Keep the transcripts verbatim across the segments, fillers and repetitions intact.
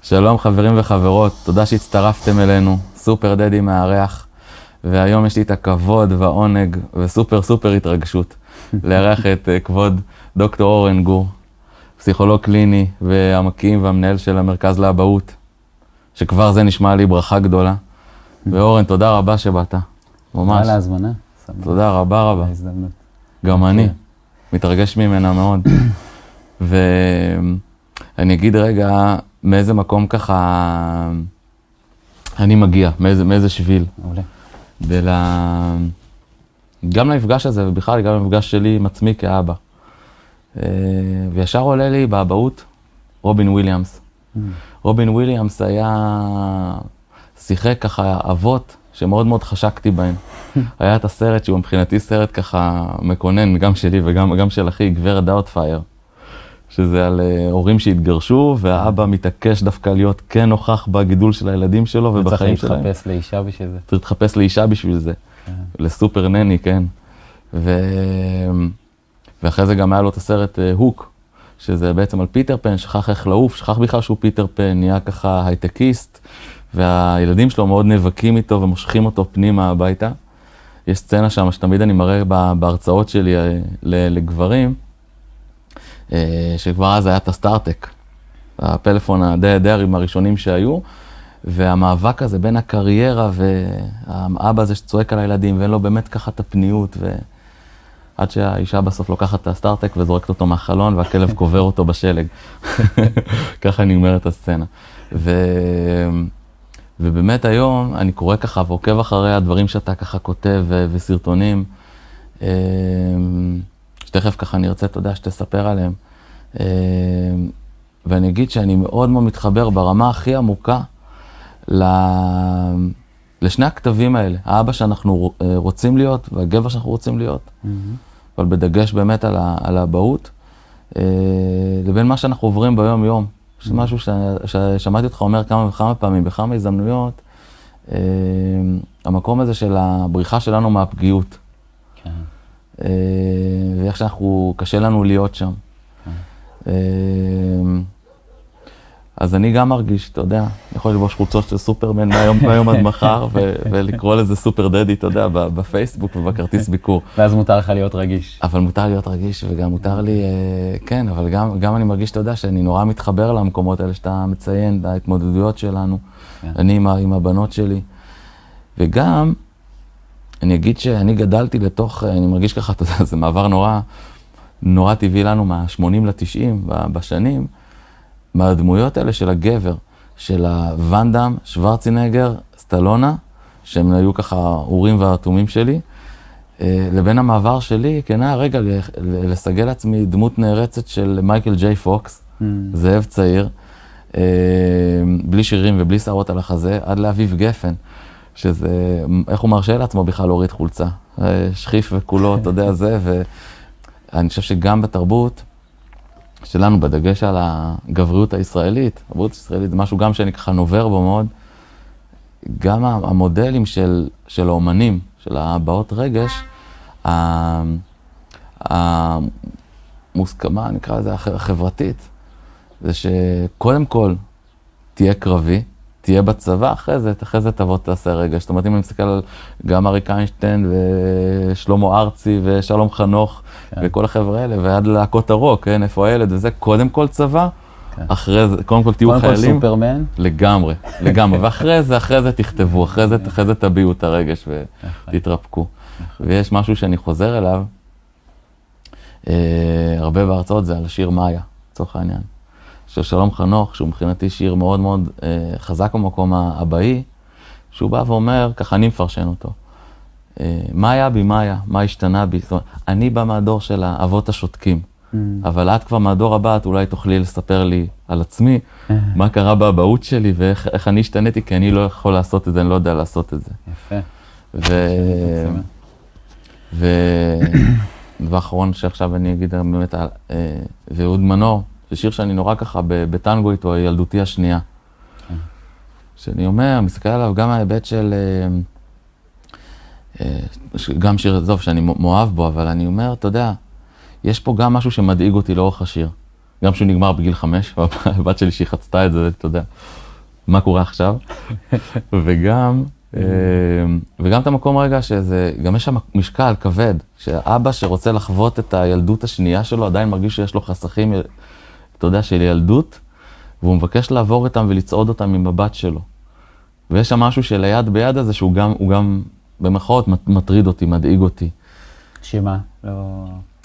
שלום חברים וחברות, תודה שהצטרפתם אלינו, סופר דדי מארח, והיום יש לי את הכבוד והעונג וסופר סופר התרגשות לארח את כבוד דוקטור אורן גור, פסיכולוג קליני והמקים והמנהל של המרכז לאבהות, שכבר זה נשמע לי ברכה גדולה. ואורן, תודה רבה שבאת, ממש. תודה להזמנה. תודה רבה רבה. גם אני, מתרגש ממנה מאוד. ואני אגיד רגע, מאיזה מקום ככה אני מגיע, מאיזה, מאיזה שביל. מעולה. ולה... גם למפגש הזה, ובכלל גם למפגש שלי עם עצמי כאבא. וישר עולה לי באבהות רובין וויליאמס. Mm. רובין וויליאמס היה שיחק ככה אבות שמאוד מאוד חשקתי בהם. היה את הסרט שהוא מבחינתי סרט ככה מקונן, גם שלי וגם גם של אחי, גברת דאוטפייר. שזה על הורים שהתגרשו, והאבא מתעקש דווקא להיות כן נוכח בגידול של הילדים שלו ובחיים שלהם. צריך להתחפש לאישה בשביל זה. צריך להתחפש לאישה בשביל זה. לסופר נני, כן. ו... ואחרי זה גם היה לו את הסרט הוק, שזה בעצם על פיטר פן, שכח איך לעוף, שכח בכלל שהוא פיטר פן, נהיה ככה הייטקיסט, והילדים שלו מאוד נאבקים איתו ומושכים אותו פנימה הביתה. יש סצנה שם שתמיד אני מראה בהרצאות שלי לגברים, שכבר אז היה את הסטארטק, הפלאפון הדי-דיירים הראשונים שהיו, והמאבק הזה בין הקריירה והאבא הזה שצועק על הילדים, ואין לו באמת ככה את הפניות, ועד שהאישה בסוף לוקחת את הסטארטק וזורקת אותו מהחלון, והכלב קובר אותו בשלג. ככה נגמרת הסצנה. ו... ובאמת היום אני קורא ככה ועוקב אחרי הדברים שאתה ככה כותב ו... וסרטונים, שתכף ככה אני ארצה, אתה יודע, שתספר עליהם. ואני אגיד שאני מאוד מאוד מתחבר ברמה הכי עמוקה לשני הכתבים האלה, האבא שאנחנו רוצים להיות והגבר שאנחנו רוצים להיות, אבל בדגש באמת על האבהות, לבין מה שאנחנו עוברים ביום יום. יש משהו ששמעתי אותך אומר כמה וכמה פעמים, בכמה הזדמנויות, המקום הזה של הבריחה שלנו מהפגיעות. ואיך שאנחנו, קשה לנו להיות שם. אז אני גם מרגיש, אתה יודע, אני יכול לבוש חולצות של סופרמן מהיום עד מחר, ולקרוא לזה סופר דדי, אתה יודע, בפייסבוק ובכרטיס ביקור. ואז מותר לך להיות רגיש. אבל מותר להיות רגיש, וגם מותר לי, כן, אבל גם אני מרגיש, אתה יודע, שאני נורא מתחבר למקומות האלה שאתה מציין, ההתמודדויות שלנו, אני עם הבנות שלי. וגם, אני אגיד שאני גדלתי לתוך, אני מרגיש ככה, אתה יודע, זה מעבר נורא, נורא טבעי לנו מה-שמונים ל-תשעים בשנים, מהדמויות האלה של הגבר, של הוונדאם, שוורצינגר, סטלונה, שהם היו ככה אורים והאטומים שלי, לבין המעבר שלי, כן, היה רגע לסגל לעצמי דמות נערצת של מייקל ג'יי פוקס, mm. זאב צעיר, בלי שירים ובלי שערות על החזה, עד לאביב גפן. שזה, איך הוא מרשה לעצמו בכלל להוריד חולצה, שחיף וכולו, אתה יודע זה, ואני חושב שגם בתרבות שלנו, בדגש על הגבריות הישראלית, הגבריות הישראלית זה משהו גם שאני ככה נובר בו מאוד, גם המודלים של, של האומנים, של הבעות רגש, המוסכמה, נקרא לזה החברתית, זה שקודם כל תהיה קרבי, תהיה בצבא, אחרי זה, אחרי זה תבוא תעשה רגע. זאת אומרת, אם אני מסתכל על גם אריק איינשטיין ושלמה ארצי ושלום חנוך וכל החבר'ה האלה, ועד להקות הרוק, כן, איפה הילד וזה, קודם כל צבא, אחרי זה, קודם כל תהיו חיילים. קודם כל סופרמן. לגמרי, לגמרי. ואחרי זה, אחרי זה תכתבו, אחרי זה, אחרי זה תביעו את הרגש ותתרפקו. ויש משהו שאני חוזר אליו, הרבה בהרצאות זה על השיר מאיה, לצורך העניין. של שלום חנוך, שהוא מבחינתי שיר מאוד מאוד אה, חזק במקום האבאי, שהוא בא ואומר, ככה אני מפרשן אותו, אה, מה היה בי, מה היה, מה השתנה בי, זאת אומרת, אני בא מהדור של האבות השותקים, mm. אבל את כבר מהדור הבא, את אולי תוכלי לספר לי על עצמי, mm. מה קרה באבהות שלי ואיך איך אני השתניתי, כי אני לא יכול לעשות את זה, אני לא יודע לעשות את זה. יפה. ו... ו... ואחרון שעכשיו אני אגיד באמת, אה, ואהוד מנור, זה שיר שאני נורא ככה בטנגו איתו, הילדותי השנייה. שאני אומר, מסתכל עליו גם ההיבט של, גם שיר טוב שאני מאוהב בו, אבל אני אומר, אתה יודע, יש פה גם משהו שמדאיג אותי לאורך השיר. גם שהוא נגמר בגיל חמש, והבת שלי שהיא חצתה את זה, אתה יודע, מה קורה עכשיו? וגם, וגם את המקום רגע שזה, גם יש שם משקל כבד, שאבא שרוצה לחוות את הילדות השנייה שלו, עדיין מרגיש שיש לו חסכים, אתה יודע, של ילדות, והוא מבקש לעבור איתם ולצעוד אותם עם הבת שלו. ויש שם משהו של היד ביד הזה, שהוא גם, הוא גם במרכאות מטריד אותי, מדאיג אותי. שמה? לא...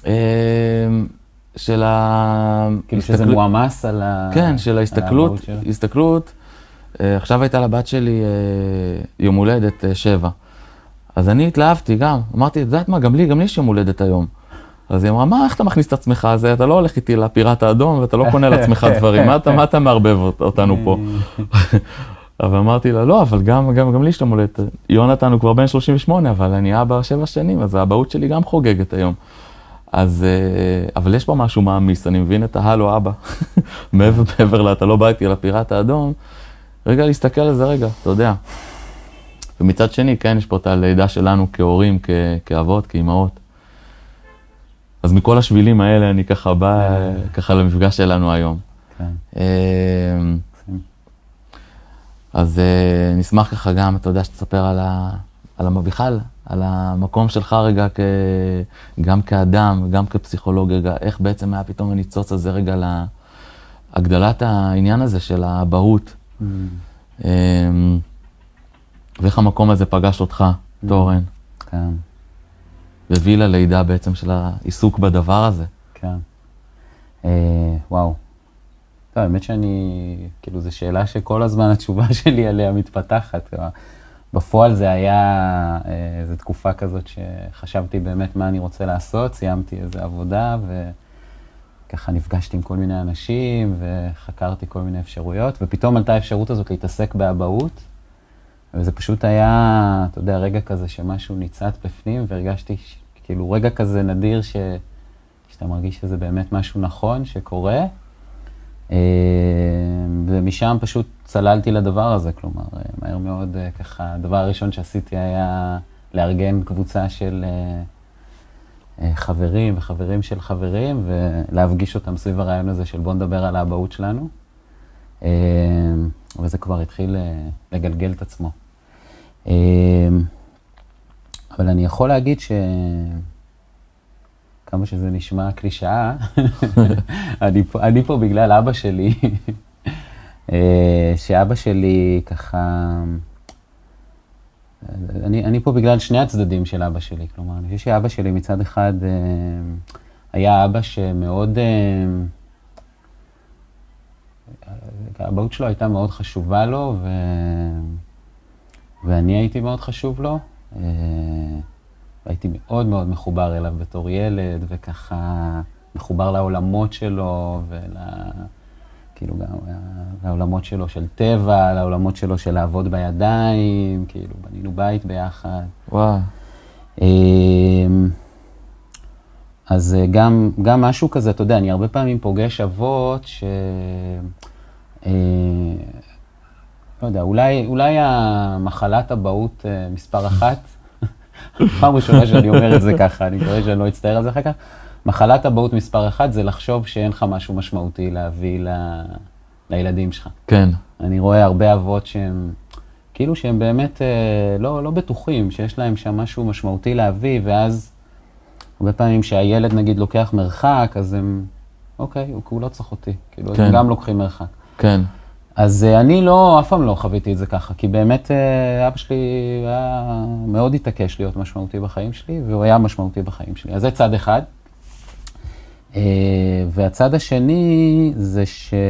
של ה... כאילו שזה מועמס על ה... כן, של ההסתכלות, הסתכלות. עכשיו הייתה לבת שלי יום הולדת שבע. אז אני התלהבתי גם, אמרתי, את יודעת מה, גם לי, גם לי יש יום הולדת היום. אז היא אמרה, מה, איך אתה מכניס את עצמך? אתה לא הולך איתי לפיראט האדום, ואתה לא קונה לעצמך דברים, מה אתה, מה אתה מערבב אותנו פה? אבל אמרתי לה, לא, אבל גם, גם, גם לי יש יום הולדת. יונתן הוא כבר בן שלושים ושמונה, אבל אני אבא שבע שנים, אז האבהות שלי גם חוגגת היום. אז, אבל יש פה משהו מעמיס, אני מבין את ההלו אבא, מעבר, מעבר לה, אתה לא בא איתי לפיראט האדום, רגע להסתכל על זה רגע, אתה יודע. ומצד שני, כן, יש פה את הלידה שלנו כהורים, כ, כאבות, כאימהות. אז מכל השבילים האלה אני ככה בא, ככה למפגש שלנו היום. כן. אז נשמח ככה גם, אתה יודע, שתספר על ה... על המביחל, על המקום שלך רגע כ... גם כאדם, גם כפסיכולוג, רגע, איך בעצם היה פתאום הניצוץ הזה רגע להגדלת העניין הזה של האבהות. Mm. ואיך המקום הזה פגש אותך, mm. תורן. כן. והביא ללידה בעצם של העיסוק בדבר הזה. כן. אה, וואו. טוב, האמת שאני, כאילו, זו שאלה שכל הזמן התשובה שלי עליה מתפתחת. בפועל זה היה, זו תקופה כזאת שחשבתי באמת מה אני רוצה לעשות, סיימתי איזו עבודה וככה נפגשתי עם כל מיני אנשים וחקרתי כל מיני אפשרויות, ופתאום עלתה האפשרות הזאת להתעסק באבהות, וזה פשוט היה, אתה יודע, רגע כזה שמשהו ניצת בפנים, והרגשתי כאילו רגע כזה נדיר ש... שאתה מרגיש שזה באמת משהו נכון שקורה, ומשם פשוט צללתי לדבר הזה, כלומר, מהר מאוד ככה, הדבר הראשון שעשיתי היה לארגן קבוצה של חברים וחברים של חברים, ולהפגיש אותם סביב הרעיון הזה של בוא נדבר על האבהות שלנו, וזה כבר התחיל לגלגל את עצמו. אבל אני יכול להגיד ש... כמה שזה נשמע קלישאה, אני, אני פה בגלל אבא שלי, שאבא שלי ככה, אני, אני פה בגלל שני הצדדים של אבא שלי, כלומר, אני חושב שאבא שלי מצד אחד היה אבא שמאוד, האבהות שלו הייתה מאוד חשובה לו, ו, ואני הייתי מאוד חשוב לו. הייתי מאוד מאוד מחובר אליו בתור ילד, וככה מחובר לעולמות שלו, ול... כאילו גם לעולמות שלו של טבע, לעולמות שלו של לעבוד בידיים, כאילו בנינו בית ביחד. וואו. אז גם, גם משהו כזה, אתה יודע, אני הרבה פעמים פוגש אבות ש... לא יודע, אולי, אולי המחלת אבהות מספר אחת, פעם ראשונה שאני אומר את זה ככה, אני מקווה שאני לא אצטער על זה אחר כך. מחלת אבהות מספר אחת זה לחשוב שאין לך משהו משמעותי להביא ל... לילדים שלך. כן. אני רואה הרבה אבות שהם, כאילו שהם באמת לא, לא בטוחים, שיש להם שם משהו משמעותי להביא, ואז הרבה פעמים שהילד נגיד לוקח מרחק, אז הם, אוקיי, הוא לא צריך אותי. כאילו, כן. הם גם לוקחים מרחק. כן. אז אני לא, אף פעם לא חוויתי את זה ככה, כי באמת אבא שלי היה מאוד התעקש להיות משמעותי בחיים שלי, והוא היה משמעותי בחיים שלי. אז זה צד אחד. והצד השני זה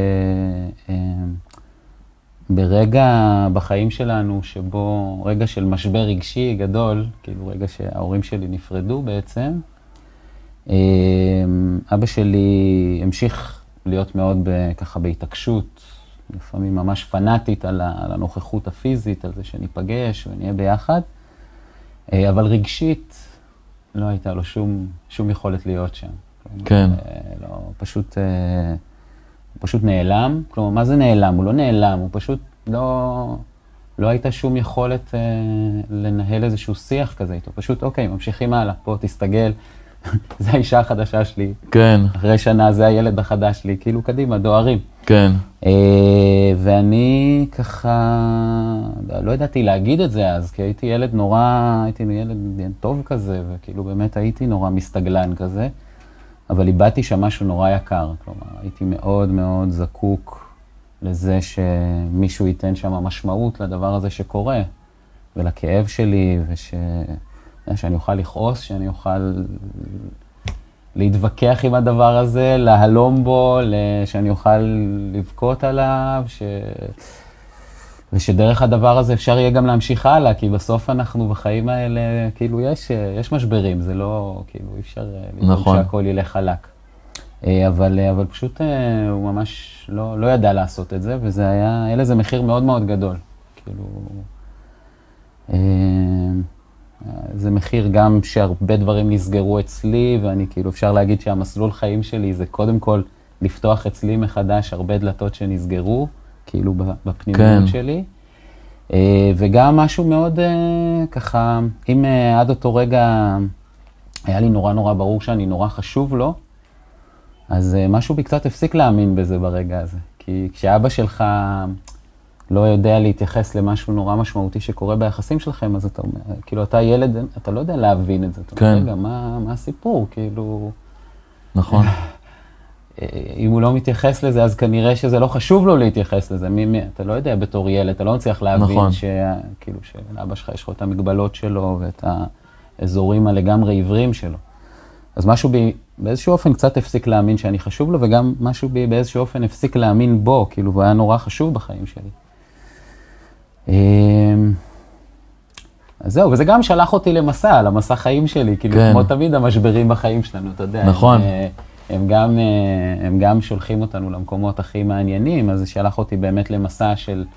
שברגע בחיים שלנו, שבו רגע של משבר רגשי גדול, כאילו רגע שההורים שלי נפרדו בעצם, אבא שלי המשיך להיות מאוד ככה בהתעקשות, לפעמים ממש פנאטית על הנוכחות הפיזית, על זה שניפגש ונהיה ביחד, אבל רגשית לא הייתה לו שום, שום יכולת להיות שם. כן. לא, פשוט, פשוט נעלם. כלומר, מה זה נעלם? הוא לא נעלם, הוא פשוט לא, לא הייתה שום יכולת לנהל איזשהו שיח כזה איתו. פשוט, אוקיי, ממשיכים הלאה, פה תסתגל, זה האישה החדשה שלי. כן. אחרי שנה זה הילד החדש שלי, כאילו קדימה, דוהרים. כן. ואני ככה, לא ידעתי להגיד את זה אז, כי הייתי ילד נורא, הייתי ילד טוב כזה, וכאילו באמת הייתי נורא מסתגלן כזה, אבל איבדתי שם משהו נורא יקר, כלומר, הייתי מאוד מאוד זקוק לזה שמישהו ייתן שם משמעות לדבר הזה שקורה, ולכאב שלי, וש... שאני אוכל לכעוס, שאני אוכל להתווכח עם הדבר הזה, להלום בו, שאני אוכל לבכות עליו, ש... ושדרך הדבר הזה אפשר יהיה גם להמשיך הלאה, כי בסוף אנחנו בחיים האלה, כאילו יש, יש משברים, זה לא, כאילו אי אפשר לדאוג נכון. שהכל ילך חלק. אבל, אבל פשוט הוא ממש לא, לא ידע לעשות את זה, וזה היה, היה לזה מחיר מאוד מאוד גדול. כאילו, זה מחיר גם שהרבה דברים נסגרו אצלי, ואני כאילו אפשר להגיד שהמסלול חיים שלי זה קודם כל לפתוח אצלי מחדש הרבה דלתות שנסגרו, כאילו בפנימיות כן. שלי. וגם משהו מאוד ככה, אם עד אותו רגע היה לי נורא נורא ברור שאני נורא חשוב לו, אז משהו בי קצת הפסיק להאמין בזה ברגע הזה. כי כשאבא שלך לא יודע להתייחס למשהו נורא משמעותי שקורה ביחסים שלכם, אז אתה אומר, כאילו אתה ילד, אתה לא יודע להבין את זה. אתה כן. אומר, רגע, מה, מה הסיפור? כאילו... נכון. אם הוא לא מתייחס לזה, אז כנראה שזה לא חשוב לו להתייחס לזה. מי, מי, אתה לא יודע בתור ילד, אתה לא מצליח להבין נכון. ש, כאילו, שלאבא שלך יש לך את המגבלות שלו ואת האזורים הלגמרי עיוורים שלו. אז משהו בי באיזשהו אופן קצת הפסיק להאמין שאני חשוב לו, וגם משהו בי באיזשהו אופן הפסיק להאמין בו, כאילו, הוא היה נורא חשוב בחיים שלי. אז זהו, וזה גם שלח אותי למסע, למסע חיים שלי, כאילו, כן. כמו תמיד המשברים בחיים שלנו, אתה יודע. נכון. הם, הם, גם, הם גם שולחים אותנו למקומות הכי מעניינים, אז זה שלח אותי באמת למסע של,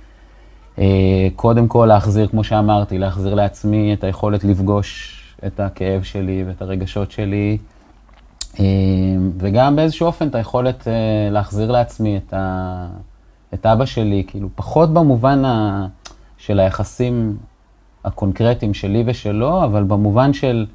קודם כל להחזיר, כמו שאמרתי, להחזיר לעצמי את היכולת לפגוש את הכאב שלי ואת הרגשות שלי, וגם באיזשהו אופן את היכולת להחזיר לעצמי את, ה, את אבא שלי, כאילו פחות במובן ה, של היחסים הקונקרטיים שלי ושלו, אבל במובן של,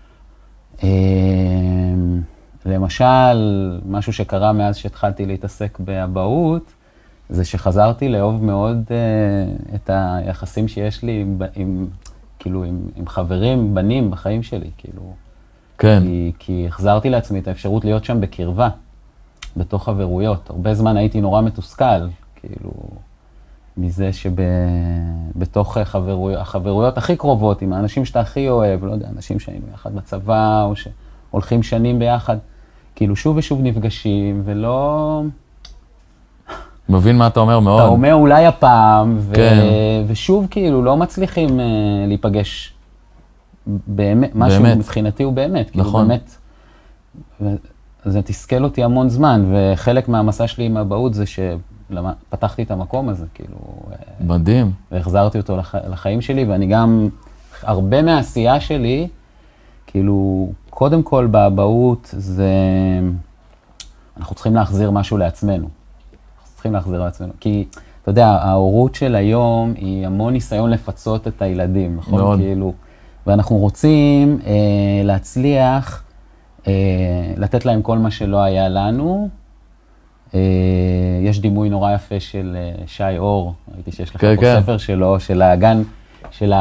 למשל, משהו שקרה מאז שהתחלתי להתעסק באבהות, זה שחזרתי לאהוב מאוד את היחסים שיש לי עם, עם כאילו, עם, עם חברים, בנים בחיים שלי, כאילו. כן. כי, כי החזרתי לעצמי את האפשרות להיות שם בקרבה, בתוך חברויות. הרבה זמן הייתי נורא מתוסכל, כאילו, מזה שבתוך חברויות, החברויות הכי קרובות, עם האנשים שאתה הכי אוהב, לא יודע, אנשים שהיינו יחד בצבא, או שהולכים שנים ביחד, כאילו שוב ושוב נפגשים, ולא... מבין מה אתה אומר מאוד. אתה אומר אולי הפעם, ו... כן. ושוב כאילו לא מצליחים uh, להיפגש באמת, משהו באמת. מבחינתי הוא באמת. נכון. כאילו באמת, זה תסכל אותי המון זמן, וחלק מהמסע שלי עם האבהות זה שפתחתי את המקום הזה, כאילו... מדהים. והחזרתי אותו לח... לחיים שלי, ואני גם, הרבה מהעשייה שלי, כאילו, קודם כל באבהות זה... אנחנו צריכים להחזיר משהו לעצמנו. צריכים להחזיר לעצמנו. כי, אתה יודע, ההורות של היום היא המון ניסיון לפצות את הילדים, נכון? מאוד. כאילו, ואנחנו רוצים אה, להצליח, אה, לתת להם כל מה שלא היה לנו. אה, יש דימוי נורא יפה של אה, שי אור, ראיתי שיש לך כן, פה כן. ספר שלו, של הגן, של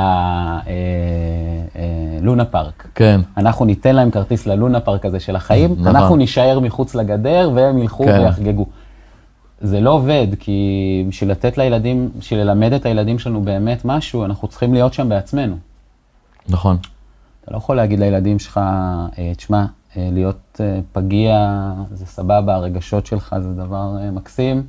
הלונה פארק. כן. אנחנו ניתן להם כרטיס ללונה פארק הזה של החיים, נכון. אנחנו נשאר מחוץ לגדר והם ילכו כן. ויחגגו. זה לא עובד, כי בשביל לתת לילדים, בשביל ללמד את הילדים שלנו באמת משהו, אנחנו צריכים להיות שם בעצמנו. נכון. אתה לא יכול להגיד לילדים שלך, תשמע, להיות פגיע זה סבבה, הרגשות שלך זה דבר מקסים,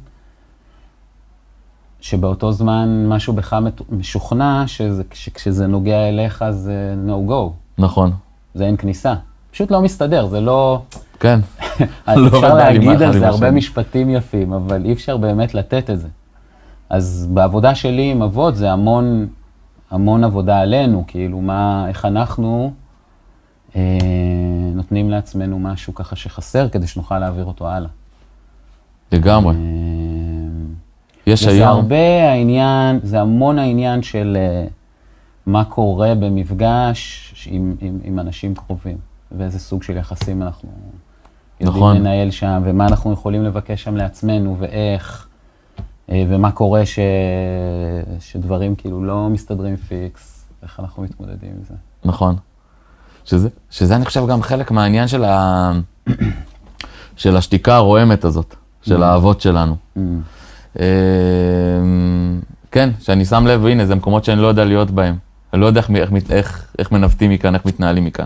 שבאותו זמן משהו בך משוכנע, שזה, שכשזה נוגע אליך זה no go. נכון. זה אין כניסה. פשוט לא מסתדר, זה לא... כן. אפשר להגיד על זה הרבה משפטים יפים, אבל אי אפשר באמת לתת את זה. אז בעבודה שלי עם אבות זה המון, המון עבודה עלינו, כאילו מה, איך אנחנו אה, נותנים לעצמנו משהו ככה שחסר, כדי שנוכל להעביר אותו הלאה. לגמרי. אה, יש היום... וזה הרבה העניין, זה המון העניין של אה, מה קורה במפגש עם, עם, עם אנשים קרובים. ואיזה סוג של יחסים אנחנו נכון. יודעים לנהל שם, ומה אנחנו יכולים לבקש שם לעצמנו, ואיך, ומה קורה ש... שדברים כאילו לא מסתדרים פיקס, איך אנחנו מתמודדים עם זה. נכון. שזה, שזה אני חושב גם חלק מהעניין של, ה... של השתיקה הרועמת הזאת, של האהבות שלנו. כן, שאני שם לב, הנה, זה מקומות שאני לא יודע להיות בהם. אני לא יודע איך, איך, איך, איך מנווטים מכאן, איך מתנהלים מכאן.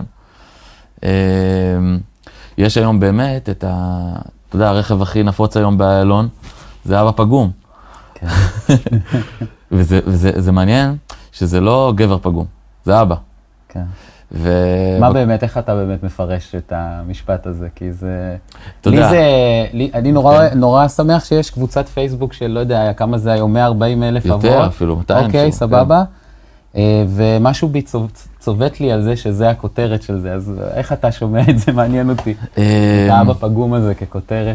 יש היום באמת את ה... אתה יודע, הרכב הכי נפוץ היום באיילון, זה אבא פגום. כן. וזה, וזה, זה מעניין שזה לא גבר פגום, זה אבא. כן. ו... מה באמת, איך אתה באמת מפרש את המשפט הזה? כי זה... אתה לי יודע. זה... לי, אני נורא, נורא שמח שיש קבוצת פייסבוק של, לא יודע, כמה זה היום, מאה וארבעים אלף אבות. יותר אפילו, מאתיים. אוקיי, סבבה. ומשהו בי צובט לי על זה שזה הכותרת של זה, אז איך אתה שומע את זה? מעניין אותי. את האבא פגום הזה ככותרת.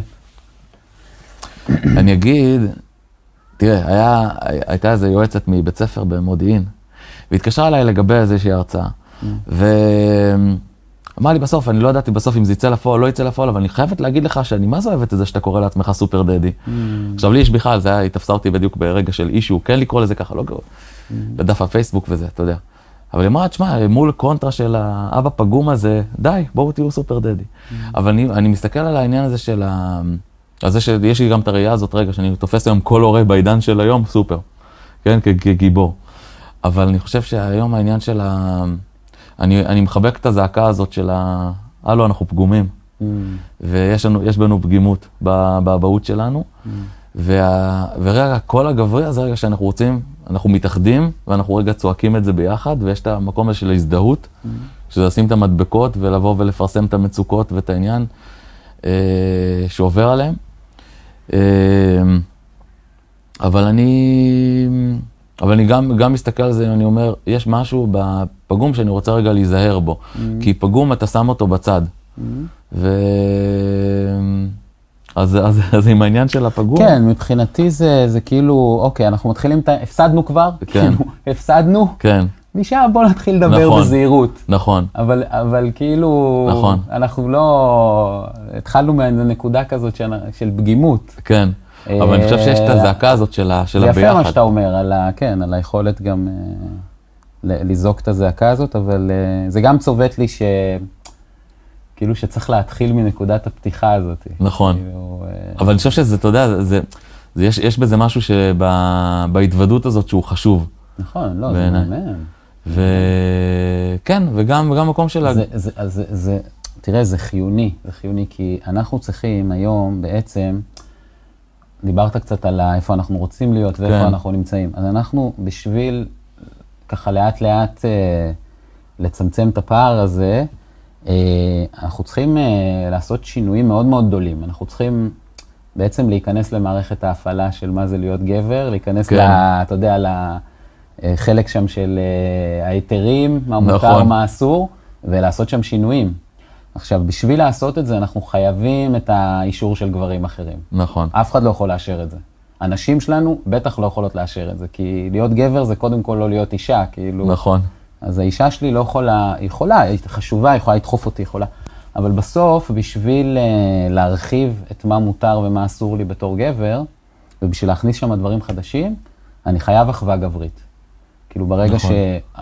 אני אגיד, תראה, היה, הייתה איזו יועצת מבית ספר במודיעין, והתקשרה אליי לגבי איזושהי הרצאה. ואמר לי בסוף, אני לא ידעתי בסוף אם זה יצא לפועל או לא יצא לפועל, אבל אני חייבת להגיד לך שאני מה זה אוהבת את זה שאתה קורא לעצמך סופר דדי. עכשיו לי יש בכלל, זה היה, היא תפסה אותי בדיוק ברגע של אישו, כן לקרוא לזה ככה, לא בדף הפייסבוק וזה, אתה יודע. אבל היא אמרה, תשמע, מול קונטרה של האבא פגום הזה, די, בואו תהיו סופר דדי. אבל אני, אני מסתכל על העניין הזה של ה... על זה שיש לי גם את הראייה הזאת, רגע, שאני תופס היום כל הורה בעידן של היום, סופר, כן, כגיבור. אבל אני חושב שהיום העניין של ה... אני, אני מחבק את הזעקה הזאת של ה... הלו, אנחנו פגומים. Mm. ויש לנו, יש בנו פגימות באבהות שלנו. Mm. וה... ורגע, כל הגברי הזה, רגע שאנחנו רוצים, אנחנו מתאחדים, ואנחנו רגע צועקים את זה ביחד, ויש את המקום הזה של ההזדהות, mm. שזה לשים את המדבקות ולבוא ולפרסם את המצוקות ואת העניין אה, שעובר עליהם. אה, אבל אני... אבל אני גם, גם מסתכל על זה, אני אומר, יש משהו בפגום שאני רוצה רגע להיזהר בו. Mm-hmm. כי פגום אתה שם אותו בצד. Mm-hmm. ו... אז, אז, אז עם העניין של הפגום... כן, מבחינתי זה, זה כאילו, אוקיי, אנחנו מתחילים, הפסדנו כבר? כן. הפסדנו? כן. משם בוא נתחיל לדבר נכון, בזהירות. נכון. אבל, אבל כאילו, נכון. אנחנו לא... התחלנו מנקודה כזאת של, של פגימות. כן. אבל אני חושב שיש את הזעקה הזאת של הביחד. זה יפה מה שאתה אומר, על ה, כן, על היכולת גם לזעוק את הזעקה הזאת, אבל זה גם צובט לי ש... כאילו שצריך להתחיל מנקודת הפתיחה הזאת. נכון. אבל אני חושב שזה, אתה יודע, זה, זה, יש, יש בזה משהו שבהתוודות הזאת שהוא חשוב. נכון, לא, זה מעניין. וכן, וגם, וגם מקום של... זה, זה, זה, זה, תראה, זה חיוני, זה חיוני, כי אנחנו צריכים היום בעצם... דיברת קצת על איפה אנחנו רוצים להיות ואיפה כן. אנחנו נמצאים. אז אנחנו בשביל ככה לאט לאט אה, לצמצם את הפער הזה, אה, אנחנו צריכים אה, לעשות שינויים מאוד מאוד גדולים. אנחנו צריכים בעצם להיכנס למערכת ההפעלה של מה זה להיות גבר, להיכנס, כן. לה, אתה יודע, לחלק שם של אה, היתרים, מה מותר, נכון. מה אסור, ולעשות שם שינויים. עכשיו, בשביל לעשות את זה, אנחנו חייבים את האישור של גברים אחרים. נכון. אף אחד לא יכול לאשר את זה. הנשים שלנו בטח לא יכולות לאשר את זה, כי להיות גבר זה קודם כל לא להיות אישה, כאילו... נכון. אז האישה שלי לא יכולה, היא יכולה, היא חשובה, היא יכולה לדחוף אותי, יכולה. אבל בסוף, בשביל uh, להרחיב את מה מותר ומה אסור לי בתור גבר, ובשביל להכניס שם דברים חדשים, אני חייב אחווה גברית. כאילו, ברגע נכון. ש...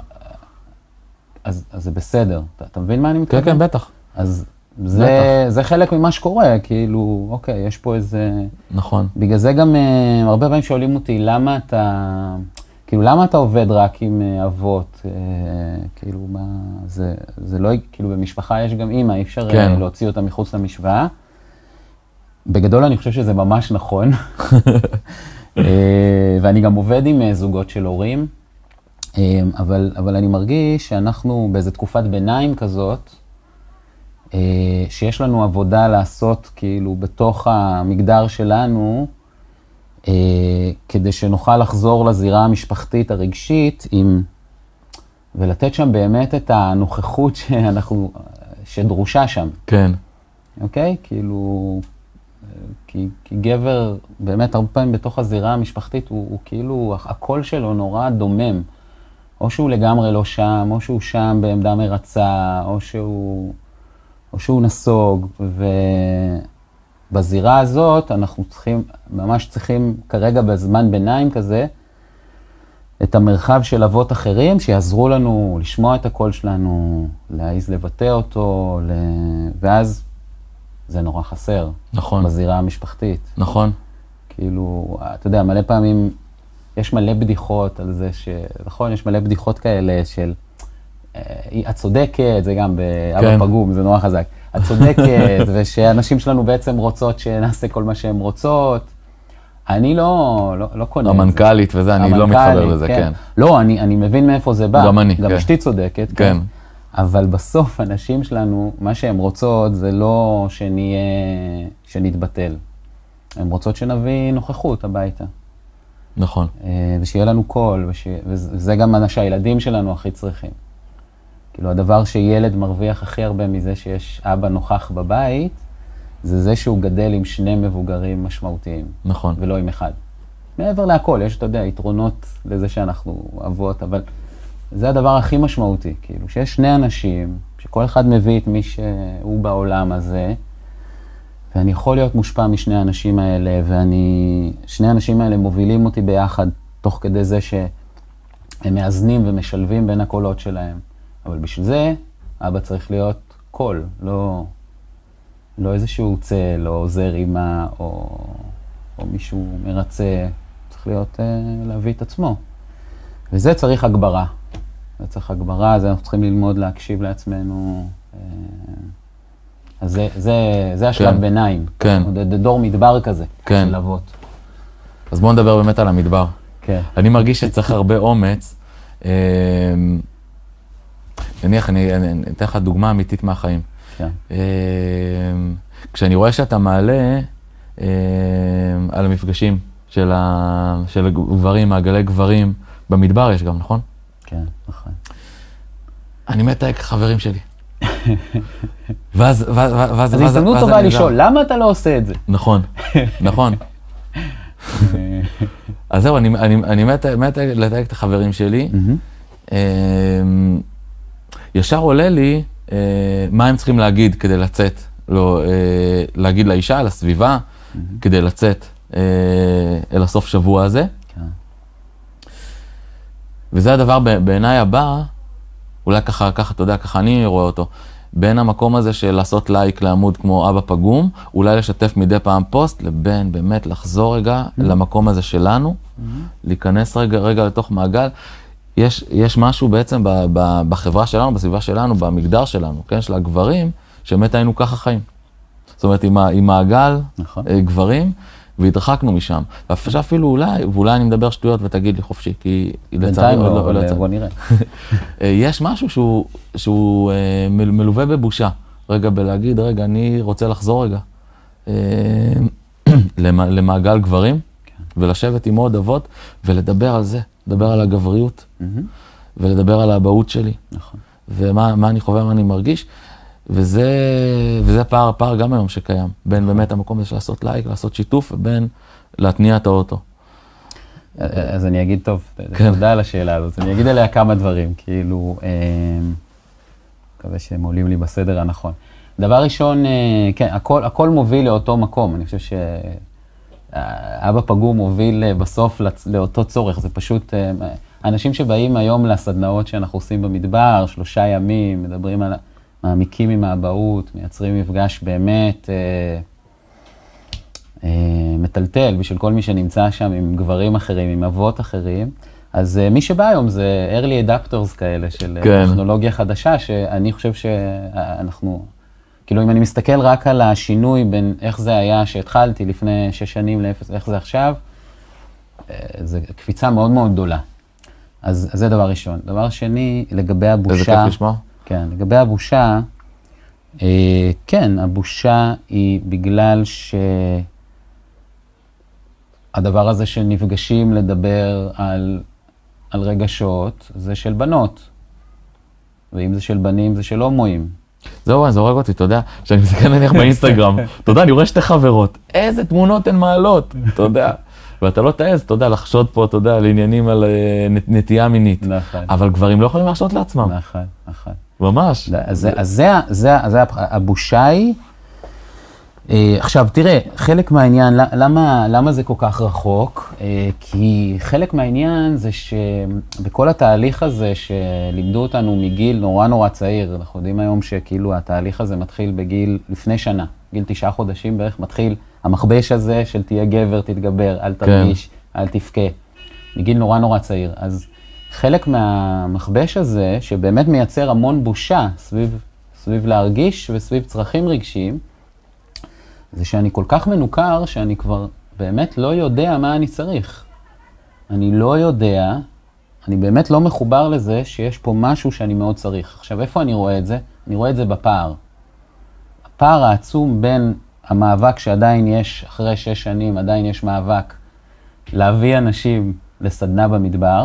אז, אז זה בסדר. אתה, אתה מבין מה אני מתכוון? כן, כן, בטח. אז זה, זה חלק ממה שקורה, כאילו, אוקיי, יש פה איזה... נכון. בגלל זה גם uh, הרבה פעמים שואלים אותי, למה אתה... כאילו, למה אתה עובד רק עם uh, אבות? Uh, כאילו, מה... זה, זה לא... כאילו, במשפחה יש גם אימא, אי אפשר כן. uh, להוציא אותה מחוץ למשוואה. בגדול אני חושב שזה ממש נכון. uh, ואני גם עובד עם uh, זוגות של הורים, uh, אבל, אבל אני מרגיש שאנחנו באיזו תקופת ביניים כזאת, שיש לנו עבודה לעשות כאילו בתוך המגדר שלנו, כדי שנוכל לחזור לזירה המשפחתית הרגשית, עם, ולתת שם באמת את הנוכחות שאנחנו, שדרושה שם. כן. אוקיי? כאילו, כי, כי גבר באמת הרבה פעמים בתוך הזירה המשפחתית, הוא, הוא כאילו, הקול שלו נורא דומם. או שהוא לגמרי לא שם, או שהוא שם בעמדה מרצה, או שהוא... או שהוא נסוג, ובזירה הזאת אנחנו צריכים, ממש צריכים כרגע בזמן ביניים כזה, את המרחב של אבות אחרים שיעזרו לנו לשמוע את הקול שלנו, להעיז לבטא אותו, ל... ואז זה נורא חסר. נכון. בזירה המשפחתית. נכון. כאילו, אתה יודע, מלא פעמים, יש מלא בדיחות על זה ש... נכון, יש מלא בדיחות כאלה של... את צודקת, זה גם באבא כן. פגום, זה נורא חזק. את צודקת, ושאנשים שלנו בעצם רוצות שנעשה כל מה שהן רוצות. אני לא, לא, לא קונה את זה. המנכ"לית וזה, אני לא מתחבר לזה, כן. כן. לא, אני, אני מבין מאיפה זה בא. גם אני, גם כן. אשתי צודקת, כן. כן. אבל בסוף, הנשים שלנו, מה שהן רוצות זה לא שנהיה, שנתבטל. הן רוצות שנביא נוכחות הביתה. נכון. ושיהיה לנו קול, וש... וזה גם מה שהילדים שלנו הכי צריכים. כאילו, הדבר שילד מרוויח הכי הרבה מזה שיש אבא נוכח בבית, זה זה שהוא גדל עם שני מבוגרים משמעותיים. נכון. ולא עם אחד. מעבר להכל, יש, אתה יודע, יתרונות לזה שאנחנו אבות, אבל זה הדבר הכי משמעותי, כאילו, שיש שני אנשים, שכל אחד מביא את מי שהוא בעולם הזה, ואני יכול להיות מושפע משני האנשים האלה, ואני, שני האנשים האלה מובילים אותי ביחד, תוך כדי זה שהם מאזנים ומשלבים בין הקולות שלהם. אבל בשביל זה, אבא צריך להיות קול, לא, לא איזשהו צל, או עוזר אימא, או, או מישהו מרצה, צריך להיות, להביא את עצמו. וזה צריך הגברה. זה צריך הגברה, זה אנחנו צריכים ללמוד להקשיב לעצמנו. אז זה, זה, זה השלב כן. ביניים. כן. זה דור מדבר כזה, כן. של אבות. אז בואו נדבר באמת על המדבר. כן. אני מרגיש שצריך הרבה אומץ. נניח, אני, אני אתן לך דוגמה אמיתית מהחיים. כן. כשאני רואה שאתה מעלה על המפגשים של, ה, של גברים, מעגלי גברים, במדבר יש גם, נכון? כן, נכון. אני מתייג חברים שלי. ואז, ואז, ואז, אז הזדמנות טובה לשאול, למה אתה לא עושה את זה? נכון, נכון. אז זהו, אני, אני, אני מתייג לתייג את החברים שלי. ישר עולה לי מה הם צריכים להגיד כדי לצאת, לא, להגיד לאישה, לסביבה, כדי לצאת אל הסוף שבוע הזה. וזה הדבר בעיניי הבא, אולי ככה, ככה, אתה יודע, ככה אני רואה אותו, בין המקום הזה של לעשות לייק לעמוד כמו אבא פגום, אולי לשתף מדי פעם פוסט, לבין באמת לחזור רגע mm-hmm. למקום הזה שלנו, mm-hmm. להיכנס רגע, רגע לתוך מעגל. יש, יש משהו בעצם ב, ב, בחברה שלנו, בסביבה שלנו, במגדר שלנו, כן, של הגברים, שבאמת היינו ככה חיים. זאת אומרת, עם, עם מעגל נכון. גברים, והתרחקנו משם. ואפילו אולי, ואולי אני מדבר שטויות ותגיד לי חופשי, כי לצערי לא, לא, לא, בוא נראה. יש משהו שהוא, שהוא מלווה בבושה. רגע, בלהגיד, רגע, אני רוצה לחזור רגע למעגל גברים, ולשבת עם עוד אבות, ולדבר על זה, לדבר על הגבריות, ולדבר על האבהות שלי. נכון. ומה מה אני חווה, מה אני מרגיש. וזה, וזה פער, פער גם היום שקיים, בין באמת המקום הזה של לעשות לייק, לעשות שיתוף, ובין להתניע את האוטו. אז אני אגיד טוב, תודה על השאלה הזאת, אני אגיד עליה כמה דברים, כאילו, מקווה שהם עולים לי בסדר הנכון. דבר ראשון, כן, הכל, הכל מוביל לאותו מקום, אני חושב שאבא פגום מוביל בסוף לאותו צורך, זה פשוט, אנשים שבאים היום לסדנאות שאנחנו עושים במדבר, שלושה ימים, מדברים על... מעמיקים עם האבהות, מייצרים מפגש באמת אה, אה, מטלטל בשביל כל מי שנמצא שם עם גברים אחרים, עם אבות אחרים. אז אה, מי שבא היום זה early adapters כאלה של כן. טכנולוגיה חדשה, שאני חושב שאנחנו, כאילו אם אני מסתכל רק על השינוי בין איך זה היה שהתחלתי לפני שש שנים לאפס, איך זה עכשיו, אה, זה קפיצה מאוד מאוד גדולה. אז, אז זה דבר ראשון. דבר שני, לגבי הבושה... איזה כיף לשמוע? כן, לגבי הבושה, אה, כן, הבושה היא בגלל שהדבר הזה שנפגשים לדבר על, על רגשות, זה של בנות. ואם זה של בנים, זה של הומואים. זהו, זה הורג אותי, אתה יודע, שאני מסתכל נניח באינסטגרם, אתה יודע, אני רואה שתי חברות, איזה תמונות הן מעלות, אתה יודע. ואתה לא תעז, אתה יודע, לחשוד פה, אתה יודע, על עניינים על נטייה מינית. נכון. אבל גברים לא יכולים להרשות לעצמם. נכון, נכון. ממש. אז זה, אז זה, זה, זה הבושה היא. עכשיו, תראה, חלק מהעניין, למה, למה זה כל כך רחוק? כי חלק מהעניין זה שבכל התהליך הזה שלימדו אותנו מגיל נורא נורא צעיר, אנחנו יודעים היום שכאילו התהליך הזה מתחיל בגיל לפני שנה, גיל תשעה חודשים בערך, מתחיל המכבש הזה של תהיה גבר, תתגבר, אל תרגיש, כן. אל תפקה, מגיל נורא נורא צעיר. אז חלק מהמכבש הזה, שבאמת מייצר המון בושה סביב, סביב להרגיש וסביב צרכים רגשיים, זה שאני כל כך מנוכר שאני כבר באמת לא יודע מה אני צריך. אני לא יודע, אני באמת לא מחובר לזה שיש פה משהו שאני מאוד צריך. עכשיו, איפה אני רואה את זה? אני רואה את זה בפער. הפער העצום בין המאבק שעדיין יש, אחרי שש שנים, עדיין יש מאבק, להביא אנשים לסדנה במדבר,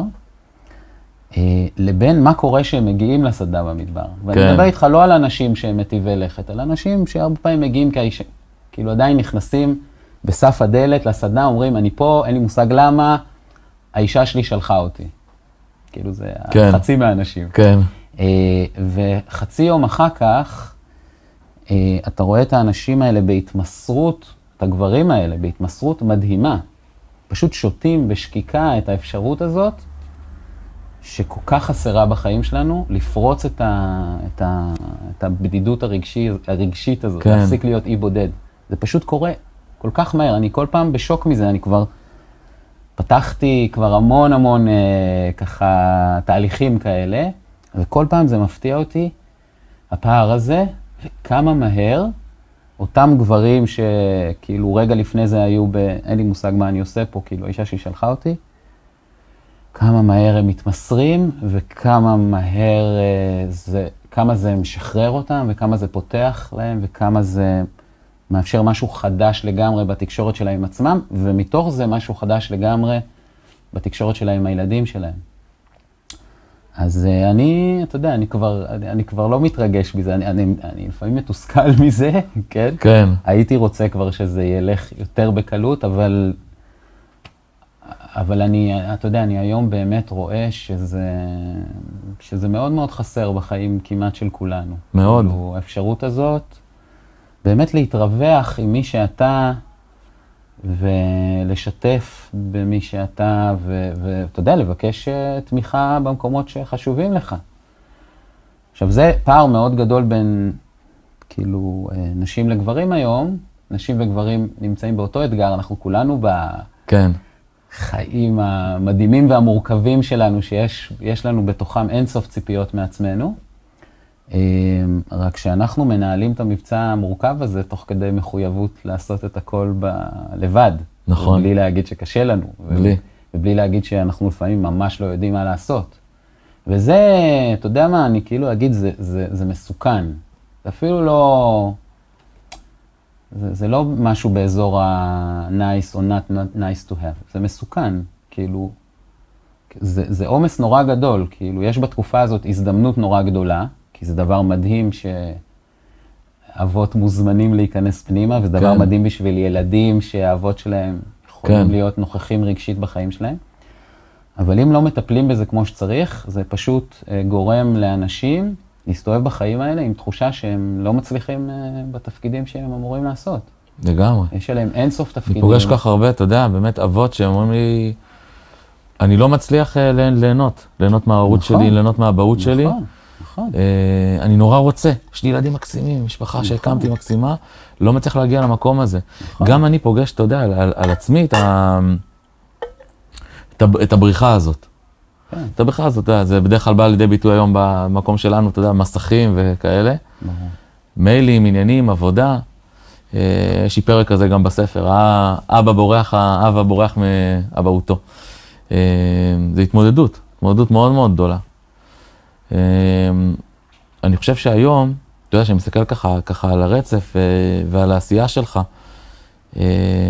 לבין מה קורה שהם מגיעים לסדנה במדבר. כן. ואני מדבר איתך לא על אנשים שהם מטיבי לכת, על אנשים שהרבה פעמים מגיעים כאיש... כאילו עדיין נכנסים בסף הדלת לסדנה, אומרים, אני פה, אין לי מושג למה, האישה שלי שלחה אותי. כאילו זה כן. חצי מהאנשים. כן. וחצי יום אחר כך, אתה רואה את האנשים האלה בהתמסרות, את הגברים האלה, בהתמסרות מדהימה. פשוט שותים בשקיקה את האפשרות הזאת, שכל כך חסרה בחיים שלנו, לפרוץ את, ה, את, ה, את הבדידות הרגשי, הרגשית הזאת, כן. להפסיק להיות אי בודד. זה פשוט קורה כל כך מהר, אני כל פעם בשוק מזה, אני כבר פתחתי כבר המון המון אה, ככה תהליכים כאלה, וכל פעם זה מפתיע אותי, הפער הזה, וכמה מהר, אותם גברים שכאילו רגע לפני זה היו ב... אין לי מושג מה אני עושה פה, כאילו האישה שהיא שלחה אותי, כמה מהר הם מתמסרים, וכמה מהר זה, כמה זה משחרר אותם, וכמה זה פותח להם, וכמה זה מאפשר משהו חדש לגמרי בתקשורת שלהם עם עצמם, ומתוך זה משהו חדש לגמרי בתקשורת שלהם עם הילדים שלהם. אז אני, אתה יודע, אני כבר, אני, אני כבר לא מתרגש בזה, אני, אני, אני לפעמים מתוסכל מזה, כן? כן. הייתי רוצה כבר שזה ילך יותר בקלות, אבל, אבל אני, אתה יודע, אני היום באמת רואה שזה, שזה מאוד מאוד חסר בחיים כמעט של כולנו. מאוד. כאילו, האפשרות הזאת, באמת להתרווח עם מי שאתה, ולשתף במי שאתה, ואתה יודע, לבקש תמיכה במקומות שחשובים לך. עכשיו, זה פער מאוד גדול בין, כאילו, נשים לגברים היום. נשים וגברים נמצאים באותו אתגר, אנחנו כולנו כן. בחיים המדהימים והמורכבים שלנו, שיש יש לנו בתוכם אינסוף ציפיות מעצמנו. רק שאנחנו מנהלים את המבצע המורכב הזה, תוך כדי מחויבות לעשות את הכל ב... לבד. נכון. ובלי להגיד שקשה לנו. בלי. ו... ובלי להגיד שאנחנו לפעמים ממש לא יודעים מה לעשות. וזה, אתה יודע מה, אני כאילו אגיד, זה, זה, זה מסוכן. זה אפילו לא... זה, זה לא משהו באזור ה-nice or not, not nice to have. זה מסוכן. כאילו, זה, זה עומס נורא גדול. כאילו, יש בתקופה הזאת הזדמנות נורא גדולה, כי זה דבר מדהים שאבות מוזמנים להיכנס פנימה, וזה דבר כן. מדהים בשביל ילדים שהאבות שלהם יכולים כן. להיות נוכחים רגשית בחיים שלהם. אבל אם לא מטפלים בזה כמו שצריך, זה פשוט גורם לאנשים להסתובב בחיים האלה עם תחושה שהם לא מצליחים בתפקידים שהם אמורים לעשות. לגמרי. יש עליהם אינסוף תפקידים. אני פוגש כך הרבה, אתה יודע, באמת אבות שאומרים לי, אני לא מצליח ליהנות, ליהנות מהערוץ נכון. שלי, ליהנות מהאבהות נכון. שלי. נכון. אני נורא רוצה, יש לי ילדים מקסימים, משפחה שהקמתי מקסימה, לא מצליח להגיע למקום הזה. גם אני פוגש, אתה יודע, על עצמי את הבריחה הזאת. את הבריחה הזאת, זה בדרך כלל בא לידי ביטוי היום במקום שלנו, אתה יודע, מסכים וכאלה. מיילים, עניינים, עבודה. יש לי פרק כזה גם בספר, אבא בורח, אבא בורח מאבהותו. זה התמודדות, התמודדות מאוד מאוד גדולה. אני חושב שהיום, אתה יודע, שאני מסתכל ככה, ככה על הרצף ועל העשייה שלך, אני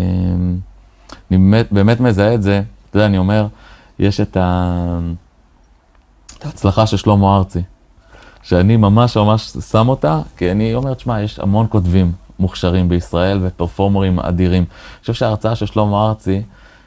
באמת, באמת מזהה את זה, אתה יודע, אני אומר, יש את, ה... את ההצלחה של שלמה ארצי, שאני ממש ממש שם אותה, כי אני אומר, תשמע, יש המון כותבים מוכשרים בישראל ופרפורמרים אדירים. אני חושב שההרצאה של שלמה ארצי,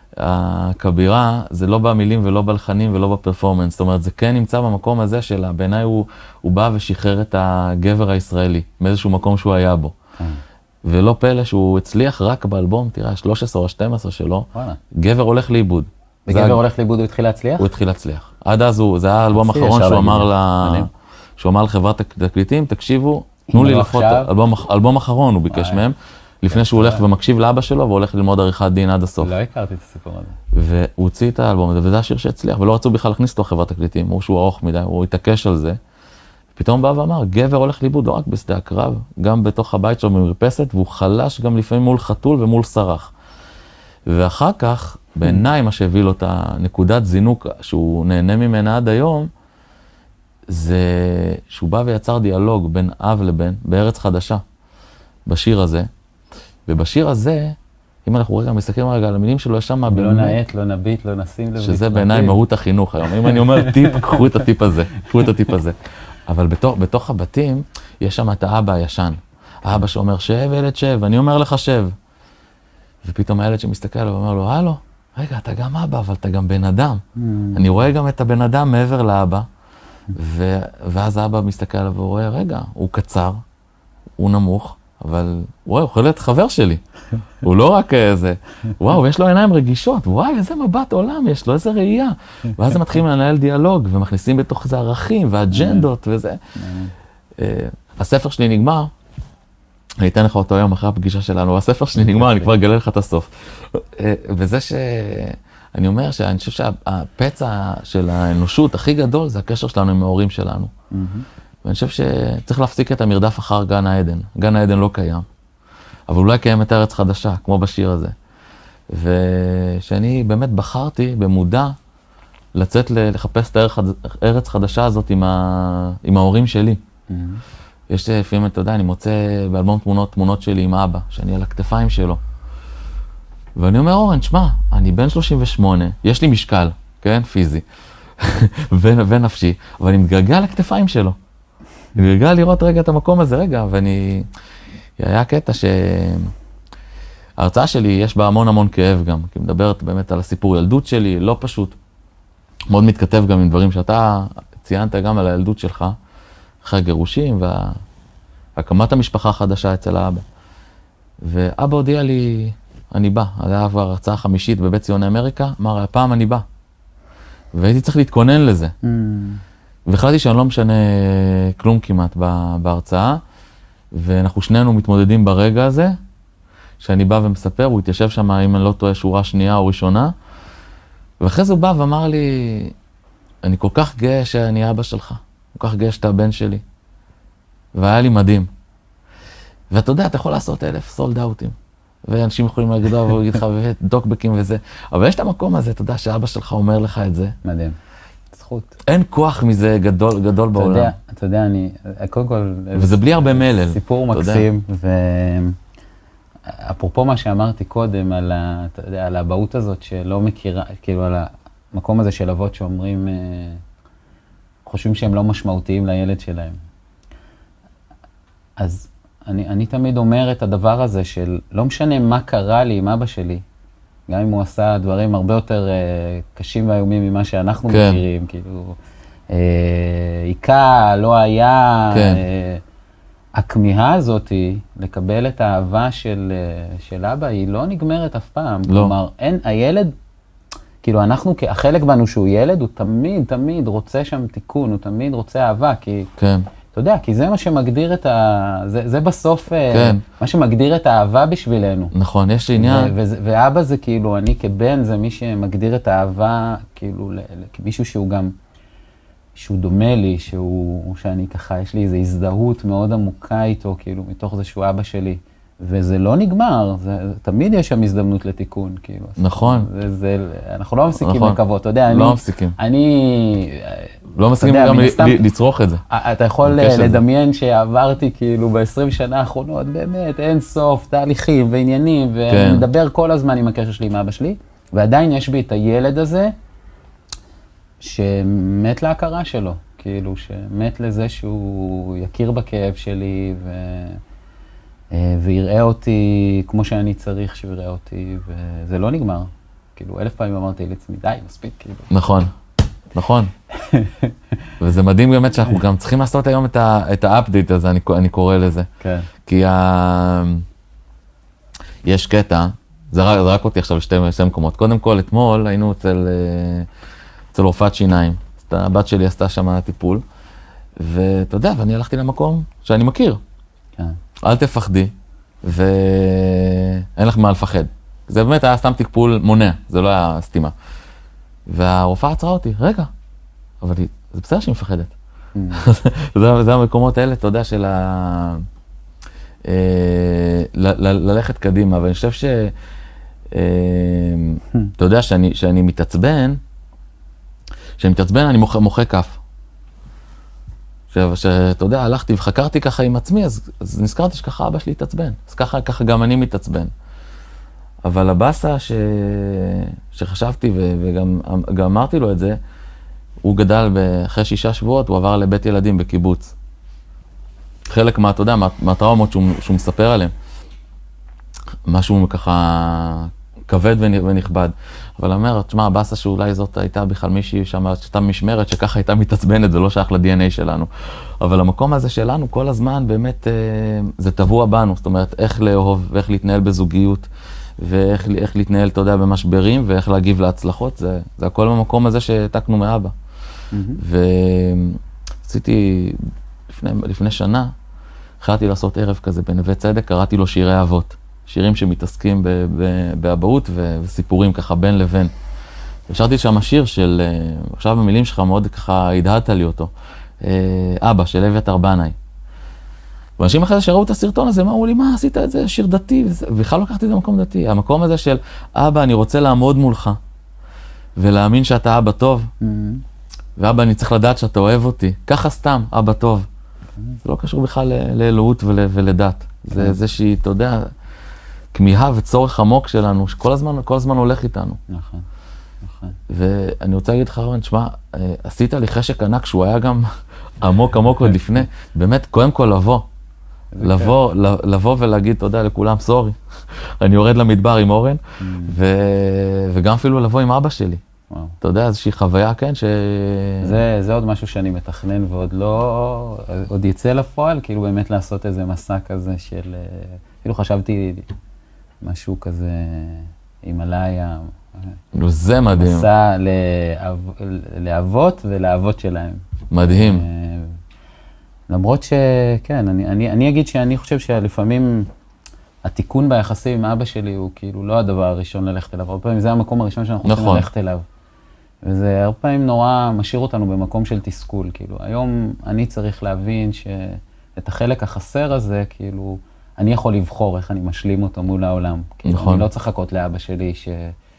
הכבירה, זה לא במילים ולא בלחנים ולא בפרפורמנס. זאת אומרת, זה כן נמצא במקום הזה שלה. בעיניי הוא, הוא בא ושחרר את הגבר הישראלי, מאיזשהו מקום שהוא היה בו. ולא פלא שהוא הצליח רק באלבום, תראה, שלוש עשרה או שתים עשרה שלו, גבר הולך לאיבוד. וגבר הולך לאיבוד הוא התחיל להצליח? הוא התחיל להצליח. עד אז הוא, זה היה האלבום האחרון שהוא אמר לה, שהוא אמר לחברת תקליטים, תקשיבו, תנו לי לפחות, אלבום אחרון הוא ביקש מהם, לפני שהוא הולך ומקשיב לאבא שלו, והולך ללמוד עריכת דין עד הסוף. לא הכרתי את הסיפור הזה. והוא הוציא את האלבום הזה, וזה השיר שהצליח, ולא רצו בכלל להכניס אותו חברת תקליטים, הוא שהוא ארוך מדי, הוא התעקש על זה. פתאום בא ואמר, גבר הולך לאיבוד לא רק בשדה הקרב, גם בתוך הבית שלו במרפסת, והוא חלש גם לפעמים מול חתול ומול סרח. ואחר כך, בעיניי מה שהביא לו את הנקודת זינוק שהוא נהנה ממנה עד היום, זה שהוא בא ויצר דיאלוג בין אב לבן, בארץ חדשה, בשיר הזה. ובשיר הזה, אם אנחנו רגע מסתכלים רגע על המילים שלו, יש שם... לא נעט, לא נביט, לא נשים לב. שזה בעיניי מהות החינוך היום. אם אני אומר טיפ, קחו את הטיפ הזה, קחו את הטיפ הזה. אבל בתוך, בתוך הבתים, יש שם את האבא הישן. האבא שאומר, שב, ילד, שב, אני אומר לך, שב. ופתאום הילד שמסתכל עליו ואומר לו, הלו, רגע, אתה גם אבא, אבל אתה גם בן אדם. Mm. אני רואה גם את הבן אדם מעבר לאבא. ו... ואז האבא מסתכל עליו ורואה, רגע, הוא קצר, הוא נמוך, אבל וואי, הוא יכול להיות חבר שלי. הוא לא רק איזה, וואו, יש לו עיניים רגישות, וואי, איזה מבט עולם יש לו, איזה ראייה. ואז הם מתחילים לנהל דיאלוג, ומכניסים בתוך זה ערכים ואג'נדות וזה. הספר שלי נגמר, אני אתן לך אותו היום אחרי הפגישה שלנו, הספר שלי נגמר, אני כבר אגלה לך את הסוף. וזה שאני אומר שאני חושב שהפצע של האנושות הכי גדול זה הקשר שלנו עם ההורים שלנו. ואני חושב שצריך להפסיק את המרדף אחר גן העדן. גן העדן לא קיים, אבל אולי קיימת ארץ חדשה, כמו בשיר הזה. ושאני באמת בחרתי במודע לצאת לחפש את הארץ חדשה הזאת עם, ה... עם ההורים שלי. Mm-hmm. יש לפעמים, אתה יודע, אני מוצא באלבום תמונות, תמונות שלי עם אבא, שאני על הכתפיים שלו. ואני אומר, אורן, שמה, אני בן שלושים ושמונה, יש לי משקל, כן, פיזי, ונפשי, אבל אני מתגעגע על הכתפיים שלו. אני מתגעגע לראות רגע את המקום הזה, רגע, ואני... היה קטע שההרצאה שלי יש בה המון המון כאב גם, כי מדברת באמת על הסיפור ילדות שלי, לא פשוט. מאוד מתכתב גם עם דברים שאתה ציינת גם על הילדות שלך, אחרי הגירושים והקמת המשפחה החדשה אצל האבא. ואבא הודיע לי, אני בא, היה כבר הרצאה חמישית בבית ציוני אמריקה, אמר, הפעם אני בא. והייתי צריך להתכונן לזה. Mm. והחלטתי שאני לא משנה כלום כמעט בהרצאה, ואנחנו שנינו מתמודדים ברגע הזה, שאני בא ומספר, הוא התיישב שם, אם אני לא טועה, שורה שנייה או ראשונה, ואחרי זה הוא בא ואמר לי, אני כל כך גאה שאני אבא שלך, כל כך גאה שאתה הבן שלי, והיה לי מדהים. ואתה יודע, אתה יכול לעשות אלף סולד אאוטים, ואנשים יכולים להגיד, והוא יגיד לך, ודוקבקים וזה, אבל יש את המקום הזה, אתה יודע, שאבא שלך אומר לך את זה. מדהים. זכות. אין כוח מזה גדול, גדול אתה בעולם. יודע, אתה יודע, אני, קודם כל... וזה בלי הרבה מלל. סיפור מקסים, ואפרופו מה שאמרתי קודם, על, ה, אתה יודע, על האבהות הזאת שלא מכירה, כאילו על המקום הזה של אבות שאומרים, חושבים שהם לא משמעותיים לילד שלהם. אז אני, אני תמיד אומר את הדבר הזה של לא משנה מה קרה לי עם אבא שלי, גם אם הוא עשה דברים הרבה יותר uh, קשים ואיומים ממה שאנחנו כן. מכירים, כאילו, uh, עיקה, לא היה, כן. uh, הכמיהה הזאת היא לקבל את האהבה של, uh, של אבא, היא לא נגמרת אף פעם. לא. כלומר, אין, הילד, כאילו אנחנו, החלק בנו שהוא ילד, הוא תמיד, תמיד רוצה שם תיקון, הוא תמיד רוצה אהבה, כי... כן. אתה יודע, כי זה מה שמגדיר את ה... זה, זה בסוף כן. מה שמגדיר את האהבה בשבילנו. נכון, יש עניין. ו- ו- ואבא זה כאילו, אני כבן, זה מי שמגדיר את האהבה, כאילו, כמישהו שהוא גם, שהוא דומה לי, שהוא, שאני ככה, יש לי איזו הזדהות מאוד עמוקה איתו, כאילו, מתוך זה שהוא אבא שלי. וזה לא נגמר, זה, תמיד יש שם הזדמנות לתיקון, כאילו. נכון. זה, זה, אנחנו לא מפסיקים נכון. לקוות, אתה יודע, לא אני... מפסיקים. אני... לא מסכים גם לצרוך את זה. אתה יכול לדמיין שעברתי כאילו ב-עשרים שנה האחרונות, באמת, אין סוף, תהליכים ועניינים, ואני מדבר כל הזמן עם הקשר שלי עם אבא שלי, ועדיין יש בי את הילד הזה, שמת להכרה שלו, כאילו, שמת לזה שהוא יכיר בכאב שלי, ויראה אותי כמו שאני צריך שהוא יראה אותי, וזה לא נגמר. כאילו, אלף פעמים אמרתי לעצמי, די, מספיק, כאילו. נכון, נכון. וזה מדהים באמת שאנחנו גם צריכים לעשות היום את האפדייט הזה, אני קורא לזה. כן. כי יש קטע, זה רק אותי עכשיו לשתי מקומות. קודם כל, אתמול היינו אצל רופאת שיניים. הבת שלי עשתה שם טיפול, ואתה יודע, ואני הלכתי למקום שאני מכיר. אל תפחדי, ואין לך מה לפחד. זה באמת היה סתם טיפול מונע, זה לא היה סתימה. והרופאה עצרה אותי, רגע, אבל זה בסדר שהיא מפחדת. זה המקומות האלה, אתה יודע, של ה... ללכת קדימה, ואני חושב ש... אתה יודע, שאני מתעצבן, כשאני מתעצבן אני מוחא כף. שאתה יודע, הלכתי וחקרתי ככה עם עצמי, אז, אז נזכרתי שככה אבא שלי התעצבן. אז ככה, ככה גם אני מתעצבן. אבל הבאסה ש... שחשבתי ו... וגם גם אמרתי לו את זה, הוא גדל אחרי שישה שבועות, הוא עבר לבית ילדים בקיבוץ. חלק מה, אתה יודע, מה, מהטראומות שהוא, שהוא מספר עליהם. משהו ככה כבד ונכבד. אבל אומר, תשמע, הבאסה שאולי זאת הייתה בכלל מישהי שם, שהייתה משמרת, שככה הייתה מתעצבנת, זה לא שייך ל-די אן איי שלנו. אבל המקום הזה שלנו, כל הזמן באמת, זה טבוע בנו. זאת אומרת, איך לאהוב ואיך להתנהל בזוגיות, ואיך איך להתנהל, אתה יודע, במשברים, ואיך להגיב להצלחות. זה, זה הכל במקום הזה שהעתקנו מאבא. Mm-hmm. ועשיתי, לפני, לפני שנה, החלטתי לעשות ערב כזה בנווה צדק, קראתי לו שירי אבות. שירים שמתעסקים באבהות וסיפורים ככה בין לבין. השארתי שם שיר של, עכשיו במילים שלך מאוד ככה הדהדת לי אותו, אבא של אביתר בנאי. ואנשים אחרי זה שראו את הסרטון הזה, אמרו לי, מה עשית את זה? שיר דתי, ובכלל לא לקחתי את זה למקום דתי. המקום הזה של, אבא, אני רוצה לעמוד מולך, ולהאמין שאתה אבא טוב, ואבא, אני צריך לדעת שאתה אוהב אותי. ככה סתם, אבא טוב. זה לא קשור בכלל לאלוהות ולדת. זה איזושהי, אתה יודע, כמיהה וצורך עמוק שלנו, שכל הזמן, כל הזמן הולך איתנו. נכון, נכון. ואני רוצה להגיד לך, רון, תשמע, עשית לי חשק ענק, שהוא היה גם עמוק עמוק עוד לפני, באמת, קודם כל לבוא, לבוא, לבוא ולהגיד תודה לכולם, סורי, אני יורד למדבר עם אורן, וגם אפילו לבוא עם אבא שלי. אתה יודע, איזושהי חוויה, כן, ש... זה, זה עוד משהו שאני מתכנן ועוד לא, עוד יצא לפועל, כאילו באמת לעשות איזה מסע כזה של, כאילו חשבתי משהו כזה, הימלאיה. זה מדהים. מסע לאב, לאבות ולאבות שלהם. מדהים. למרות שכן, אני, אני, אני אגיד שאני חושב שלפעמים התיקון ביחסים עם אבא שלי הוא כאילו לא הדבר הראשון ללכת אליו. הרבה פעמים זה המקום הראשון שאנחנו נכון. צריכים ללכת אליו. וזה הרבה פעמים נורא משאיר אותנו במקום של תסכול. כאילו, היום אני צריך להבין שאת החלק החסר הזה, כאילו, אני יכול לבחור איך אני משלים אותו מול העולם. כאילו, נכון. אני לא צריך לחכות לאבא שלי ש...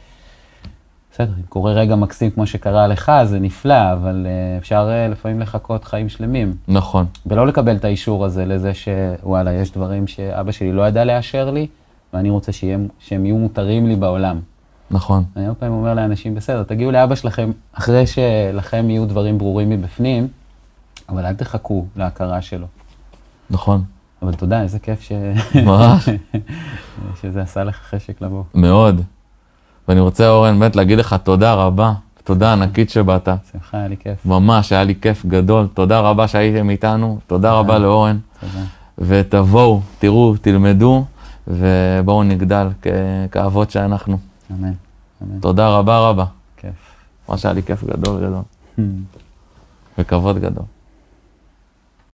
בסדר, אם קורה רגע מקסים כמו שקרה לך, זה נפלא, אבל אפשר לפעמים לחכות חיים שלמים. נכון. ולא לקבל את האישור הזה לזה שוואלה, יש דברים שאבא שלי לא ידע לאשר לי, ואני רוצה שהם, שהם יהיו מותרים לי בעולם. נכון. אני הרבה פעמים אומר לאנשים, בסדר, תגיעו לאבא שלכם אחרי שלכם יהיו דברים ברורים מבפנים, אבל אל תחכו להכרה שלו. נכון. אבל תודה, איזה כיף ש... ממש. שזה עשה לך חשק לבוא. מאוד. ואני רוצה, אורן, באמת להגיד לך תודה רבה, תודה ענקית שבאת. שמחה, היה לי כיף. ממש, היה לי כיף גדול. תודה רבה שהייתם איתנו, תודה רבה לאורן. תודה. ותבואו, תראו, תלמדו, ובואו נגדל כאבות שאנחנו. אמן. תודה רבה רבה. כיף. ממש היה לי כיף גדול גדול. וכבוד גדול.